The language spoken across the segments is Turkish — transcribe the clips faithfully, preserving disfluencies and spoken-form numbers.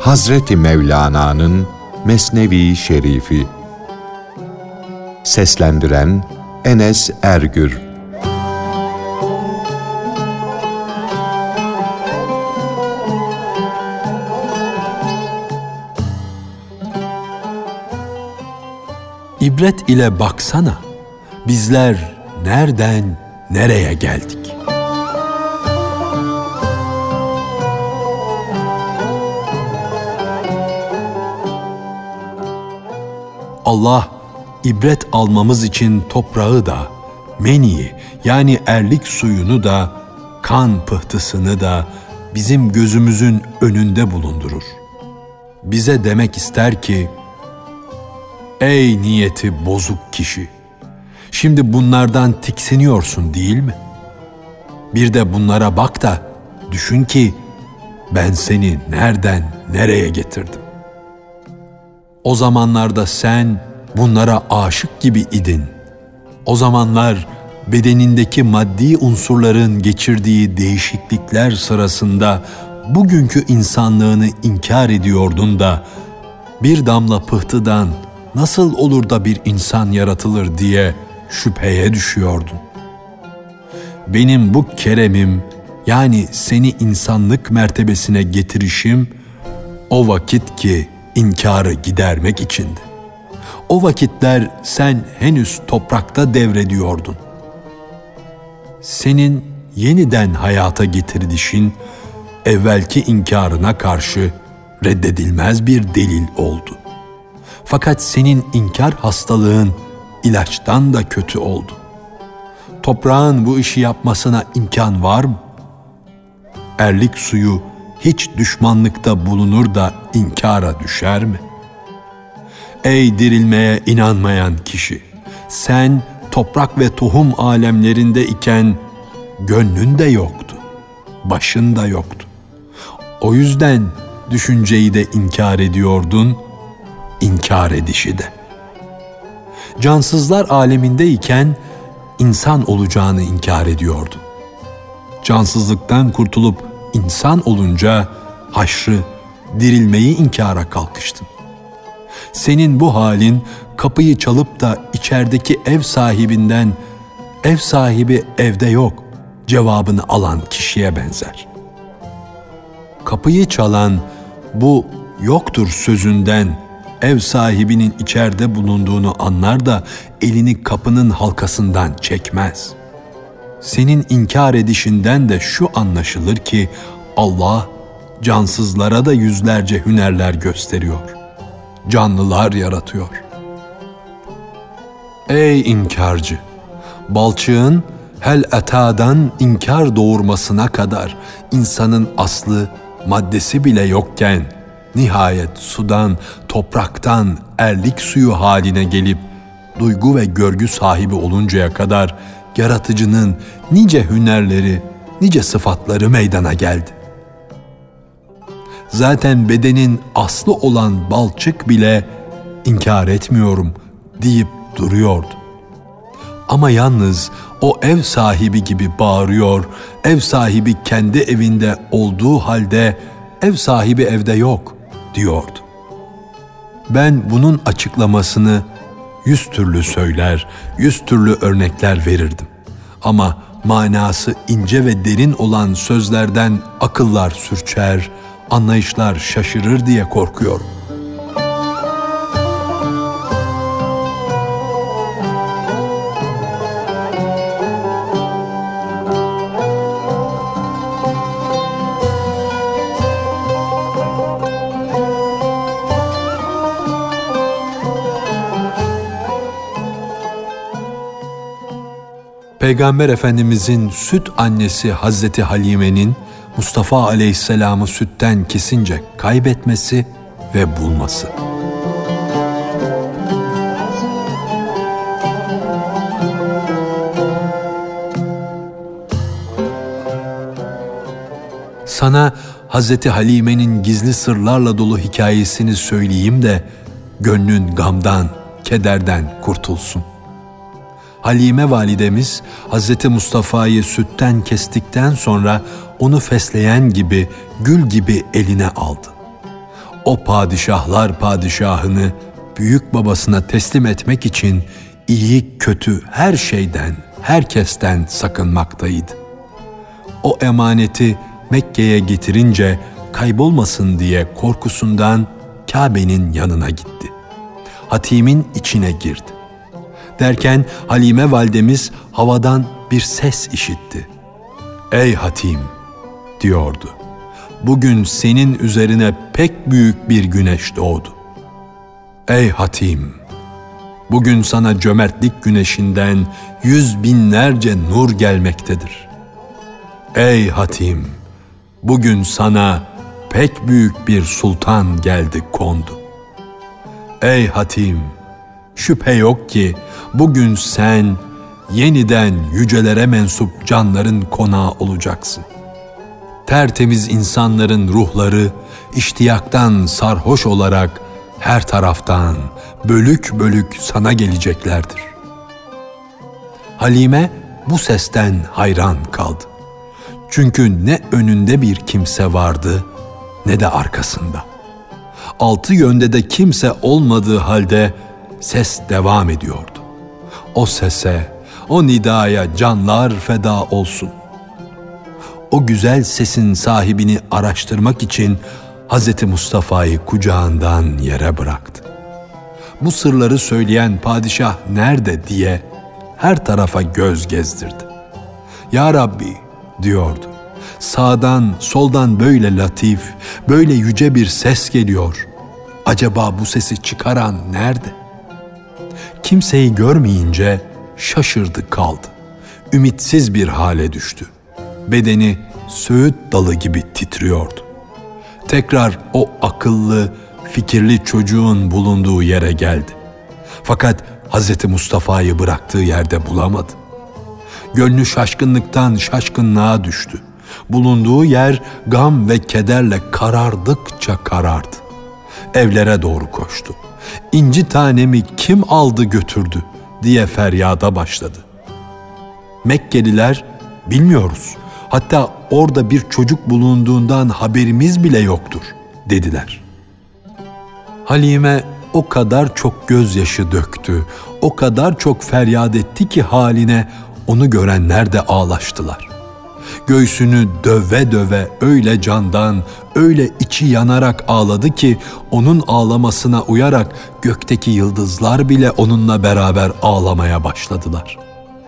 Hazreti Mevlana'nın Mesnevi Şerifi. Seslendiren Enes Ergür. İbret ile baksana, bizler nereden nereye geldik? Allah, ibret almamız için toprağı da, meniyi yani erlik suyunu da, kan pıhtısını da bizim gözümüzün önünde bulundurur. Bize demek ister ki, ey niyeti bozuk kişi, şimdi bunlardan tiksiniyorsun değil mi? Bir de bunlara bak da düşün ki ben seni nereden nereye getirdim? O zamanlarda sen bunlara aşık gibi idin. O zamanlar bedenindeki maddi unsurların geçirdiği değişiklikler sırasında bugünkü insanlığını inkar ediyordun da bir damla pıhtıdan nasıl olur da bir insan yaratılır diye şüpheye düşüyordun. Benim bu keremim, yani seni insanlık mertebesine getirişim, o vakit ki inkarı gidermek içindi. O vakitler sen henüz toprakta devrediyordun. Senin yeniden hayata getirilişin, evvelki inkarına karşı reddedilmez bir delil oldu. Fakat senin inkar hastalığın ilaçtan da kötü oldu. Toprağın bu işi yapmasına imkan var mı? Erlik suyu hiç düşmanlıkta bulunur da inkara düşer mi? Ey dirilmeye inanmayan kişi! Sen toprak ve tohum alemlerinde iken gönlün de yoktu, başın da yoktu. O yüzden düşünceyi de inkar ediyordun, inkar edişi de. Cansızlar alemindeyken insan olacağını inkar ediyordun. Cansızlıktan kurtulup insan olunca haşrı, dirilmeyi inkara kalkıştın. Senin bu halin kapıyı çalıp da içerideki ev sahibinden ev sahibi evde yok cevabını alan kişiye benzer. Kapıyı çalan bu yoktur sözünden ev sahibinin içeride bulunduğunu anlar da elini kapının halkasından çekmez. Senin inkar edişinden de şu anlaşılır ki Allah cansızlara da yüzlerce hünerler gösteriyor. Canlılar yaratıyor. Ey inkarcı! Balçığın hel etadan inkar doğurmasına kadar insanın aslı, maddesi bile yokken nihayet sudan, topraktan erlik suyu haline gelip duygu ve görgü sahibi oluncaya kadar yaratıcının nice hünerleri, nice sıfatları meydana geldi. Zaten bedenin aslı olan balçık bile inkar etmiyorum deyip duruyordu. Ama yalnız o ev sahibi gibi bağırıyor, ev sahibi kendi evinde olduğu halde ev sahibi evde yok diyordu. Ben bunun açıklamasını yüz türlü söyler, yüz türlü örnekler verirdim. Ama manası ince ve derin olan sözlerden akıllar sürçer, anlayışlar şaşırır diye korkuyorum. Peygamber Efendimizin süt annesi Hazreti Halime'nin Mustafa Aleyhisselam'ı sütten kesince kaybetmesi ve bulması. Sana Hazreti Halime'nin gizli sırlarla dolu hikayesini söyleyeyim de gönlün gamdan, kederden kurtulsun. Halime validemiz Hazreti Mustafa'yı sütten kestikten sonra onu fesleğen gibi, gül gibi eline aldı. o padişahlar padişahını büyük babasına teslim etmek için iyi kötü her şeyden, herkesten sakınmaktaydı. O emaneti Mekke'ye getirince kaybolmasın diye korkusundan Kabe'nin yanına gitti. Hatim'in içine girdi. Derken Halime validemiz havadan bir ses işitti. "Ey Hatim," diyordu, "bugün senin üzerine pek büyük bir güneş doğdu. Ey Hatim, bugün sana cömertlik güneşinden yüz binlerce nur gelmektedir. Ey Hatim, bugün sana pek büyük bir sultan geldi kondu. Ey Hatim, şüphe yok ki bugün sen yeniden yücelere mensup canların konağı olacaksın. Tertemiz insanların ruhları iştiyaktan sarhoş olarak her taraftan bölük bölük sana geleceklerdir." Halime bu sesten hayran kaldı. Çünkü ne önünde bir kimse vardı ne de arkasında. Altı yönde de kimse olmadığı halde ses devam ediyordu. O sese, o nidaya canlar feda olsun. O güzel sesin sahibini araştırmak için Hazreti Mustafa'yı kucağından yere bıraktı. Bu sırları söyleyen padişah nerede diye her tarafa göz gezdirdi. "Ya Rabbi," diyordu, "sağdan soldan böyle latif, böyle yüce bir ses geliyor. Acaba bu sesi çıkaran nerede?" Kimseyi görmeyince şaşırdı kaldı. Ümitsiz bir hale düştü. Bedeni söğüt dalı gibi titriyordu. Tekrar o akıllı, fikirli çocuğun bulunduğu yere geldi. Fakat Hazreti Mustafa'yı bıraktığı yerde bulamadı. Gönlü şaşkınlıktan şaşkınlığa düştü. Bulunduğu yer gam ve kederle karardıkça karardı. Evlere doğru koştu. "İnci tanemi kim aldı götürdü?" diye feryada başladı. Mekkeliler, "Bilmiyoruz. Hatta orada bir çocuk bulunduğundan haberimiz bile yoktur," dediler. Halime o kadar çok gözyaşı döktü, o kadar çok feryat etti ki haline onu görenler de ağlaştılar. Göğsünü döve döve öyle candan, öyle içi yanarak ağladı ki onun ağlamasına uyarak gökteki yıldızlar bile onunla beraber ağlamaya başladılar.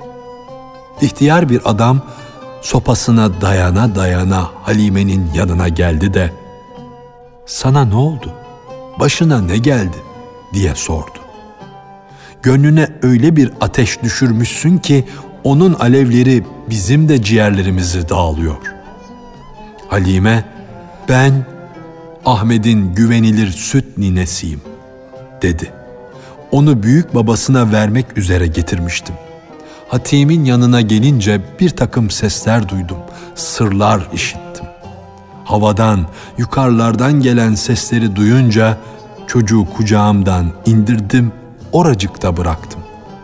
İhtiyar bir adam sopasına dayana dayana Halime'nin yanına geldi de "Sana ne oldu? Başına ne geldi?" diye sordu. "Gönlüne öyle bir ateş düşürmüşsün ki onun alevleri bizim de ciğerlerimizi dağılıyor." Halime, "Ben Ahmet'in güvenilir süt ninesiyim," dedi. "Onu büyük babasına vermek üzere getirmiştim. Hatim'in yanına gelince bir takım sesler duydum, sırlar işittim. Havadan, yukarılardan gelen sesleri duyunca çocuğu kucağımdan indirdim, oracıkta bıraktım.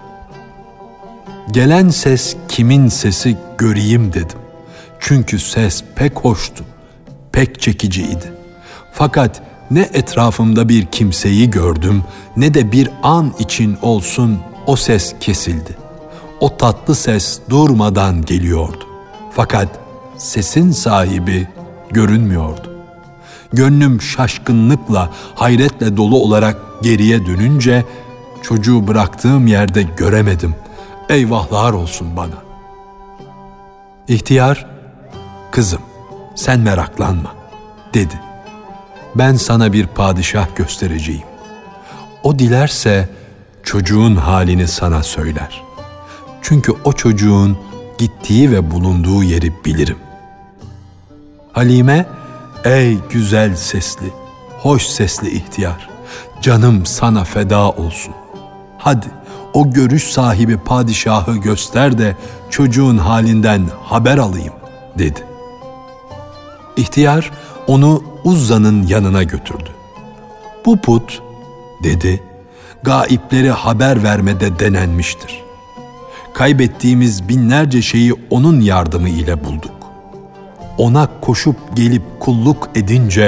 Gelen ses kimin sesi göreyim dedim. Çünkü ses pek hoştu, pek çekiciydi. Fakat ne etrafımda bir kimseyi gördüm, ne de bir an için olsun o ses kesildi. O tatlı ses durmadan geliyordu. Fakat sesin sahibi görünmüyordu. Gönlüm şaşkınlıkla, hayretle dolu olarak geriye dönünce çocuğu bıraktığım yerde göremedim. Eyvahlar olsun bana." İhtiyar, "Kızım, sen meraklanma," dedi. "Ben sana bir padişah göstereceğim. O dilerse çocuğun halini sana söyler. Çünkü o çocuğun gittiği ve bulunduğu yeri bilirim." Halime, "Ey güzel sesli, hoş sesli ihtiyar, canım sana feda olsun. Hadi o görüş sahibi padişahı göster de çocuğun halinden haber alayım," dedi. İhtiyar onu Uzza'nın yanına götürdü. "Bu put," dedi, "gaipleri haber vermede denenmiştir. Kaybettiğimiz binlerce şeyi onun yardımı ile bulduk. Ona koşup gelip kulluk edince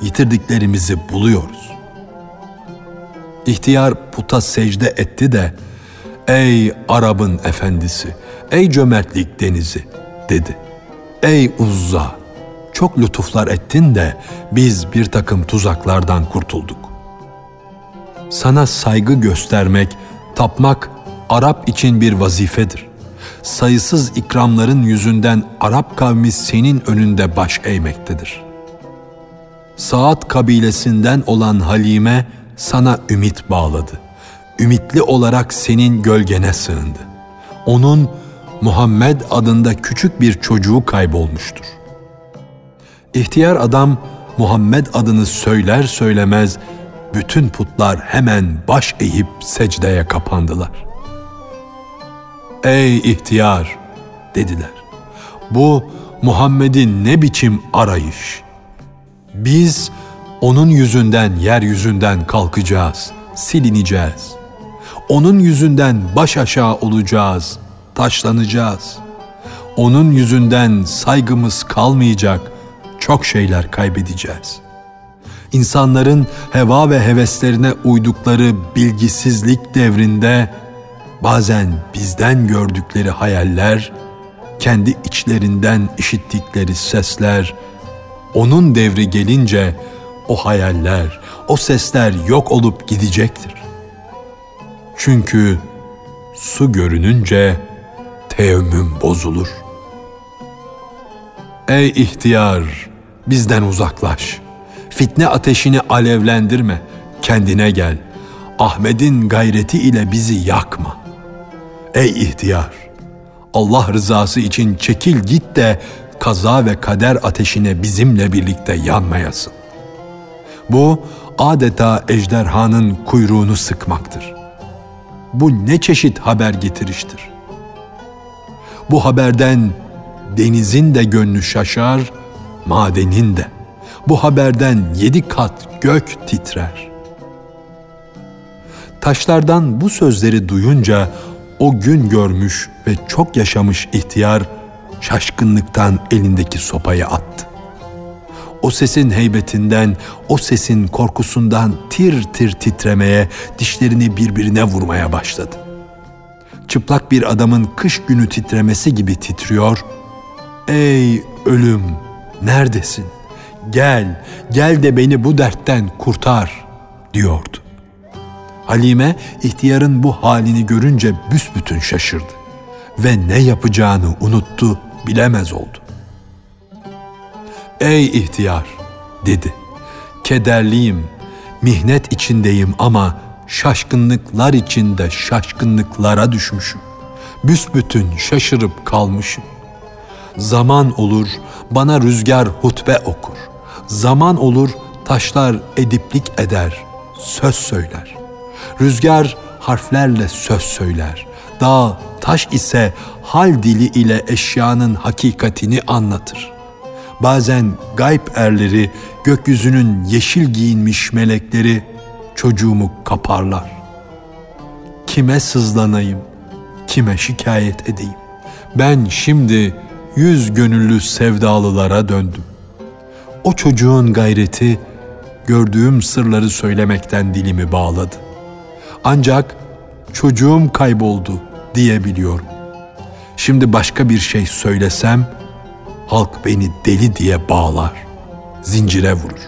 yitirdiklerimizi buluyoruz. İhtiyar puta secde etti de, "Ey Arap'ın efendisi, ey cömertlik denizi," dedi. "Ey Uzza, çok lütuflar ettin de biz bir takım tuzaklardan kurtulduk. Sana saygı göstermek, tapmak Arap için bir vazifedir. Sayısız ikramların yüzünden Arap kavmi senin önünde baş eğmektedir. Saat kabilesinden olan Halime sana ümit bağladı. Ümitli olarak senin gölgene sığındı. Onun Muhammed adında küçük bir çocuğu kaybolmuştur." İhtiyar adam Muhammed adını söyler söylemez bütün putlar hemen baş eğip secdeye kapandılar. "Ey ihtiyar," dediler, "bu Muhammed'in ne biçim arayış? Biz onun yüzünden yeryüzünden kalkacağız, silineceğiz. Onun yüzünden baş aşağı olacağız, taşlanacağız. Onun yüzünden saygımız kalmayacak, çok şeyler kaybedeceğiz. İnsanların heva ve heveslerine uydukları bilgisizlik devrinde bazen bizden gördükleri hayaller, kendi içlerinden işittikleri sesler, onun devri gelince o hayaller, o sesler yok olup gidecektir. Çünkü su görününce teyemmüm bozulur. Ey ihtiyar, bizden uzaklaş. Fitne ateşini alevlendirme, kendine gel. Ahmet'in gayreti ile bizi yakma. Ey ihtiyar, Allah rızası için çekil git de kaza ve kader ateşine bizimle birlikte yanmayasın. Bu adeta ejderhanın kuyruğunu sıkmaktır. Bu ne çeşit haber getiriştir? Bu haberden denizin de gönlü şaşar, madenin de. Bu haberden yedi kat gök titrer." Taşlardan bu sözleri duyunca o gün görmüş ve çok yaşamış ihtiyar şaşkınlıktan elindeki sopayı attı. O sesin heybetinden, o sesin korkusundan tir tir titremeye, dişlerini birbirine vurmaya başladı. Çıplak bir adamın kış günü titremesi gibi titriyor. "Ey ölüm, neredesin? Gel, gel de beni bu dertten kurtar," diyordu. Halime ihtiyarın bu halini görünce büsbütün şaşırdı ve ne yapacağını unuttu, bilemez oldu. "Ey ihtiyar," dedi, "kederliyim, mihnet içindeyim ama şaşkınlıklar içinde şaşkınlıklara düşmüşüm. Büsbütün şaşırıp kalmışım. Zaman olur bana rüzgar hutbe okur. Zaman olur taşlar ediplik eder, söz söyler. Rüzgar harflerle söz söyler. Dağ, taş ise hal dili ile eşyanın hakikatini anlatır. Bazen gayb erleri, gökyüzünün yeşil giyinmiş melekleri çocuğumu kaparlar. Kime sızlanayım, kime şikayet edeyim? Ben şimdi yüz gönüllü sevdalılara döndüm. O çocuğun gayreti gördüğüm sırları söylemekten dilimi bağladı. Ancak çocuğum kayboldu diyebiliyorum. Şimdi başka bir şey söylesem halk beni deli diye bağlar, zincire vurur."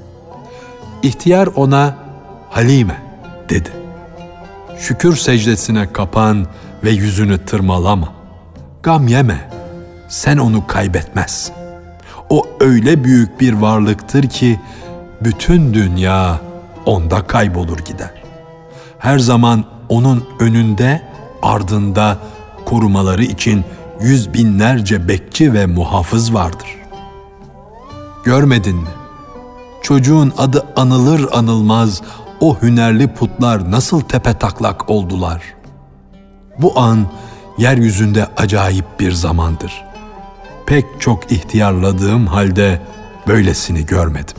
İhtiyar ona "Halime," dedi. "Şükür secdesine kapan ve yüzünü tırmalama. Gam yeme, sen onu kaybetmezsin. O öyle büyük bir varlıktır ki bütün dünya onda kaybolur gider. Her zaman onun önünde, ardında korumaları için yüz binlerce bekçi ve muhafız vardır. Görmedin mi? Çocuğun adı anılır anılmaz o hünerli putlar nasıl tepetaklak oldular. Bu an yeryüzünde acayip bir zamandır. Pek çok ihtiyarladığım halde böylesini görmedim."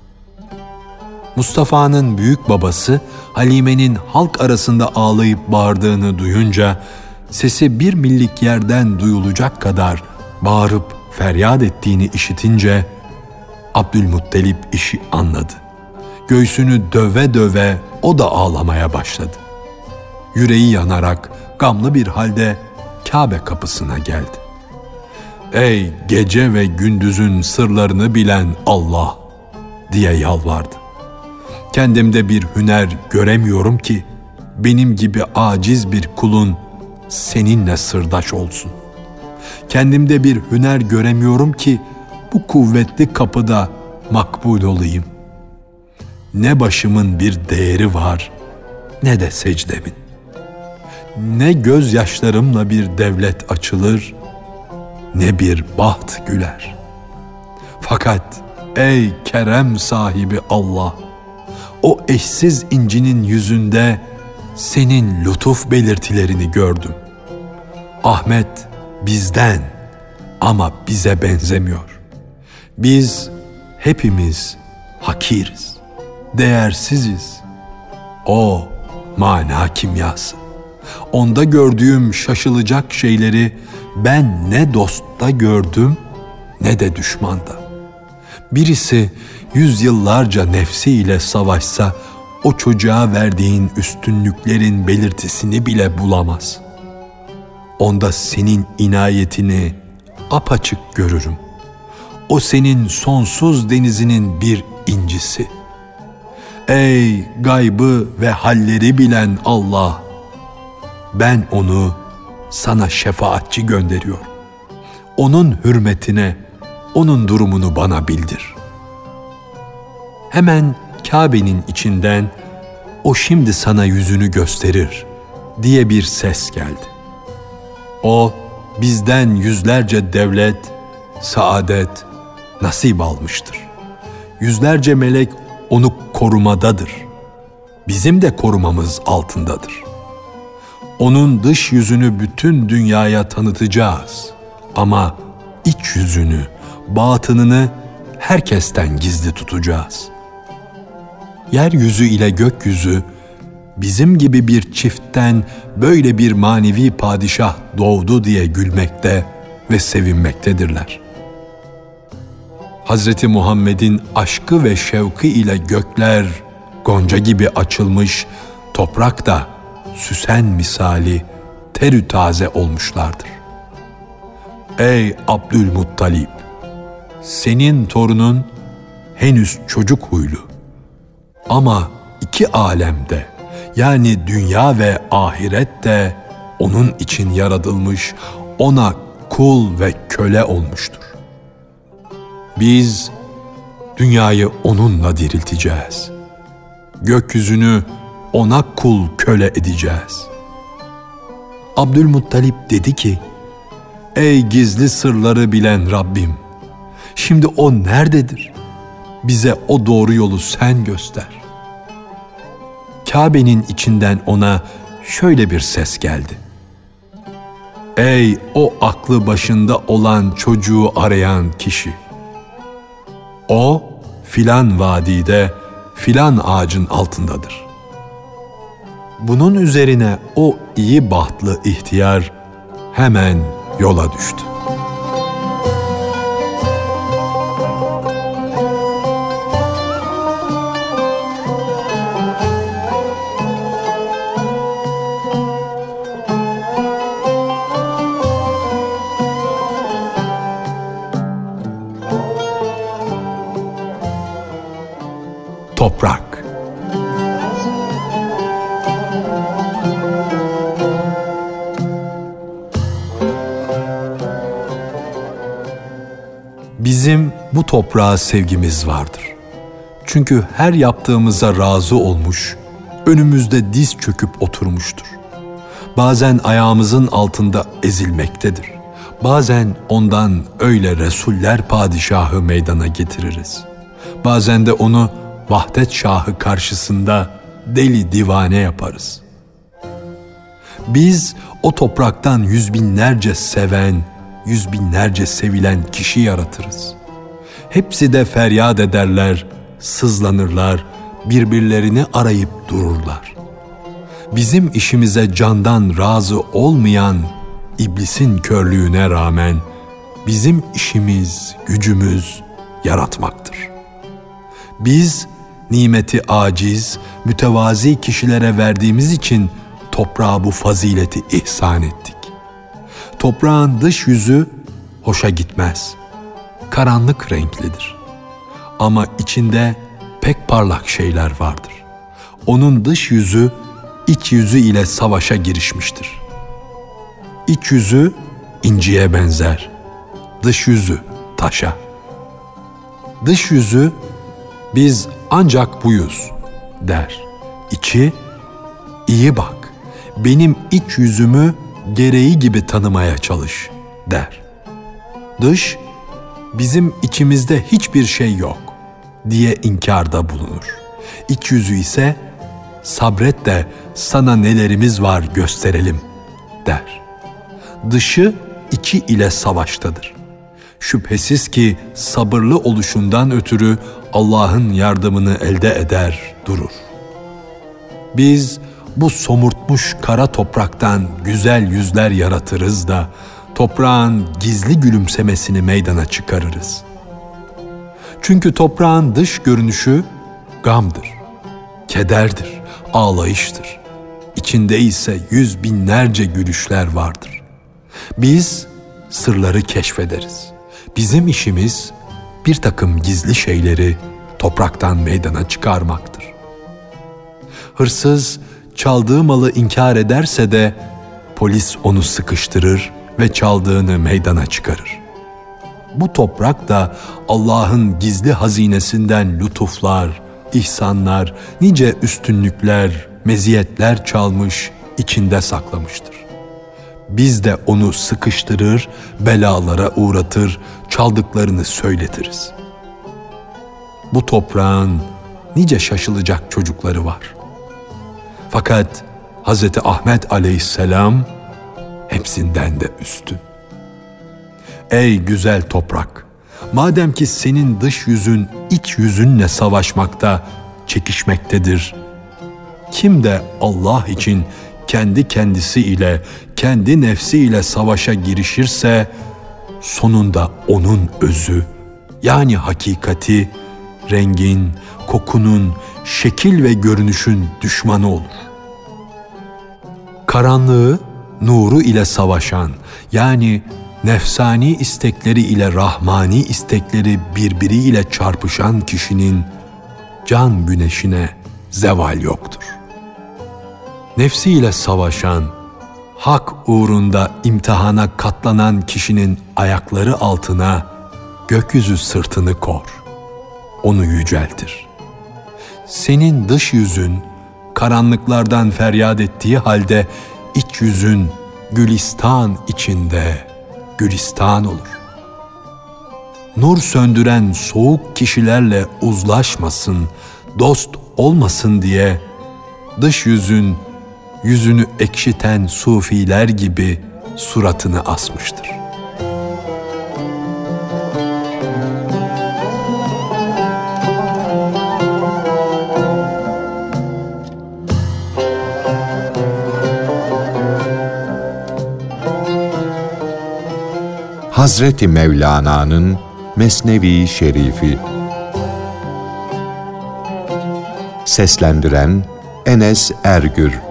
Mustafa'nın büyük babası Halime'nin halk arasında ağlayıp bağırdığını duyunca sesi bir millik yerden duyulacak kadar bağırıp feryat ettiğini işitince Abdülmuttalip işi anladı. Göğsünü döve döve o da ağlamaya başladı. Yüreği yanarak gamlı bir halde Kabe kapısına geldi. "Ey gece ve gündüzün sırlarını bilen Allah!" diye yalvardı. "Kendimde bir hüner göremiyorum ki benim gibi aciz bir kulun seninle sırdaş olsun. Kendimde bir hüner göremiyorum ki bu kuvvetli kapıda makbul olayım. Ne başımın bir değeri var, ne de secdemin. Ne gözyaşlarımla bir devlet açılır, ne bir baht güler. Fakat ey kerem sahibi Allah, o eşsiz incinin yüzünde senin lütuf belirtilerini gördüm. Ahmet bizden ama bize benzemiyor. Biz hepimiz hakiriz, değersiziz. O mana kimyası. Onda gördüğüm şaşılacak şeyleri ben ne dostta gördüm ne de düşmanda. Birisi yüzyıllarca nefsiyle savaşsa o çocuğa verdiğin üstünlüklerin belirtisini bile bulamaz. Onda senin inayetini apaçık görürüm. O senin sonsuz denizinin bir incisi. Ey gaybı ve halleri bilen Allah! Ben onu sana şefaatçi gönderiyorum. Onun hürmetine, onun durumunu bana bildir." Hemen Kabe'nin içinden "O şimdi sana yüzünü gösterir" diye bir ses geldi. O bizden yüzlerce devlet, saadet, nasip almıştır. Yüzlerce melek onu korumadadır. Bizim de korumamız altındadır. Onun dış yüzünü bütün dünyaya tanıtacağız. Ama iç yüzünü, batınını herkesten gizli tutacağız. Yeryüzü ile gökyüzü bizim gibi bir çiftten böyle bir manevi padişah doğdu diye gülmekte ve sevinmektedirler. Hazreti Muhammed'in aşkı ve şevki ile gökler gonca gibi açılmış, toprak da süsen misali terü taze olmuşlardır. Ey Abdülmuttalip! Senin torunun henüz çocuk huylu. Ama iki alemde, yani dünya ve ahirette onun için yaratılmış, ona kul ve köle olmuştur. Biz dünyayı onunla dirilteceğiz. Gökyüzünü ona kul köle edeceğiz. Abdülmuttalip dedi ki, ey gizli sırları bilen Rabbim, şimdi o nerededir? Bize o doğru yolu sen göster. Kabe'nin içinden ona şöyle bir ses geldi. Ey o aklı başında olan çocuğu arayan kişi! O filan vadide, filan ağacın altındadır. Bunun üzerine o iyi bahtlı ihtiyar hemen yola düştü. Toprak. Bizim bu toprağa sevgimiz vardır. Çünkü her yaptığımıza razı olmuş, önümüzde diz çöküp oturmuştur. Bazen ayağımızın altında ezilmektedir. Bazen ondan öyle Resuller padişahı meydana getiririz. Bazen de onu Vahdet Şahı karşısında deli divane yaparız. Biz o topraktan yüz binlerce seven, yüz binlerce sevilen kişi yaratırız. Hepsi de feryat ederler, sızlanırlar, birbirlerini arayıp dururlar. Bizim işimize candan razı olmayan iblisin körlüğüne rağmen bizim işimiz, gücümüz yaratmaktır. Biz nimeti aciz, mütevazi kişilere verdiğimiz için toprağa bu fazileti ihsan ettik. Toprağın dış yüzü hoşa gitmez. Karanlık renklidir. Ama içinde pek parlak şeyler vardır. Onun dış yüzü iç yüzü ile savaşa girişmiştir. İç yüzü inciye benzer, dış yüzü taşa. Dış yüzü biz ancak buyuz der. İçi iyi bak, benim iç yüzümü gereği gibi tanımaya çalış der. Dış bizim içimizde hiçbir şey yok diye inkarda bulunur. İç yüzü ise sabret de sana nelerimiz var gösterelim der. Dışı içi ile savaştadır. Şüphesiz ki sabırlı oluşundan ötürü Allah'ın yardımını elde eder durur. Biz bu somurtmuş kara topraktan güzel yüzler yaratırız da toprağın gizli gülümsemesini meydana çıkarırız. Çünkü toprağın dış görünüşü gamdır, kederdir, ağlayıştır. İçinde ise yüz binlerce gülüşler vardır. Biz sırları keşfederiz. Bizim işimiz bir takım gizli şeyleri topraktan meydana çıkarmaktır. Hırsız çaldığı malı inkar ederse de polis onu sıkıştırır ve çaldığını meydana çıkarır. Bu toprak da Allah'ın gizli hazinesinden lütuflar, ihsanlar, nice üstünlükler, meziyetler çalmış, içinde saklamıştır. Biz de onu sıkıştırır, belalara uğratır, çaldıklarını söyletiriz. Bu toprağın nice şaşılacak çocukları var. Fakat Hazreti Ahmet aleyhisselam hepsinden de üstün. Ey güzel toprak! Madem ki senin dış yüzün iç yüzünle savaşmakta, çekişmektedir. Kim de Allah için kendi kendisi ile, kendi nefsi ile savaşa girişirse, sonunda onun özü, yani hakikati, rengin, kokunun, şekil ve görünüşün düşmanı olur. Karanlığı, nuru ile savaşan, yani nefsani istekleri ile rahmani istekleri birbiriyle çarpışan kişinin can güneşine zeval yoktur. Nefsiyle savaşan, hak uğrunda imtihana katlanan kişinin ayakları altına gökyüzü sırtını kor, onu yüceltir. Senin dış yüzün karanlıklardan feryat ettiği halde iç yüzün gülistan içinde gülistan olur. Nur söndüren soğuk kişilerle uzlaşmasın, dost olmasın diye dış yüzün yüzünü ekşiten sufiler gibi suratını asmıştır. Hazreti Mevlana'nın Mesnevi Şerifi. Seslendiren Enes Ergür.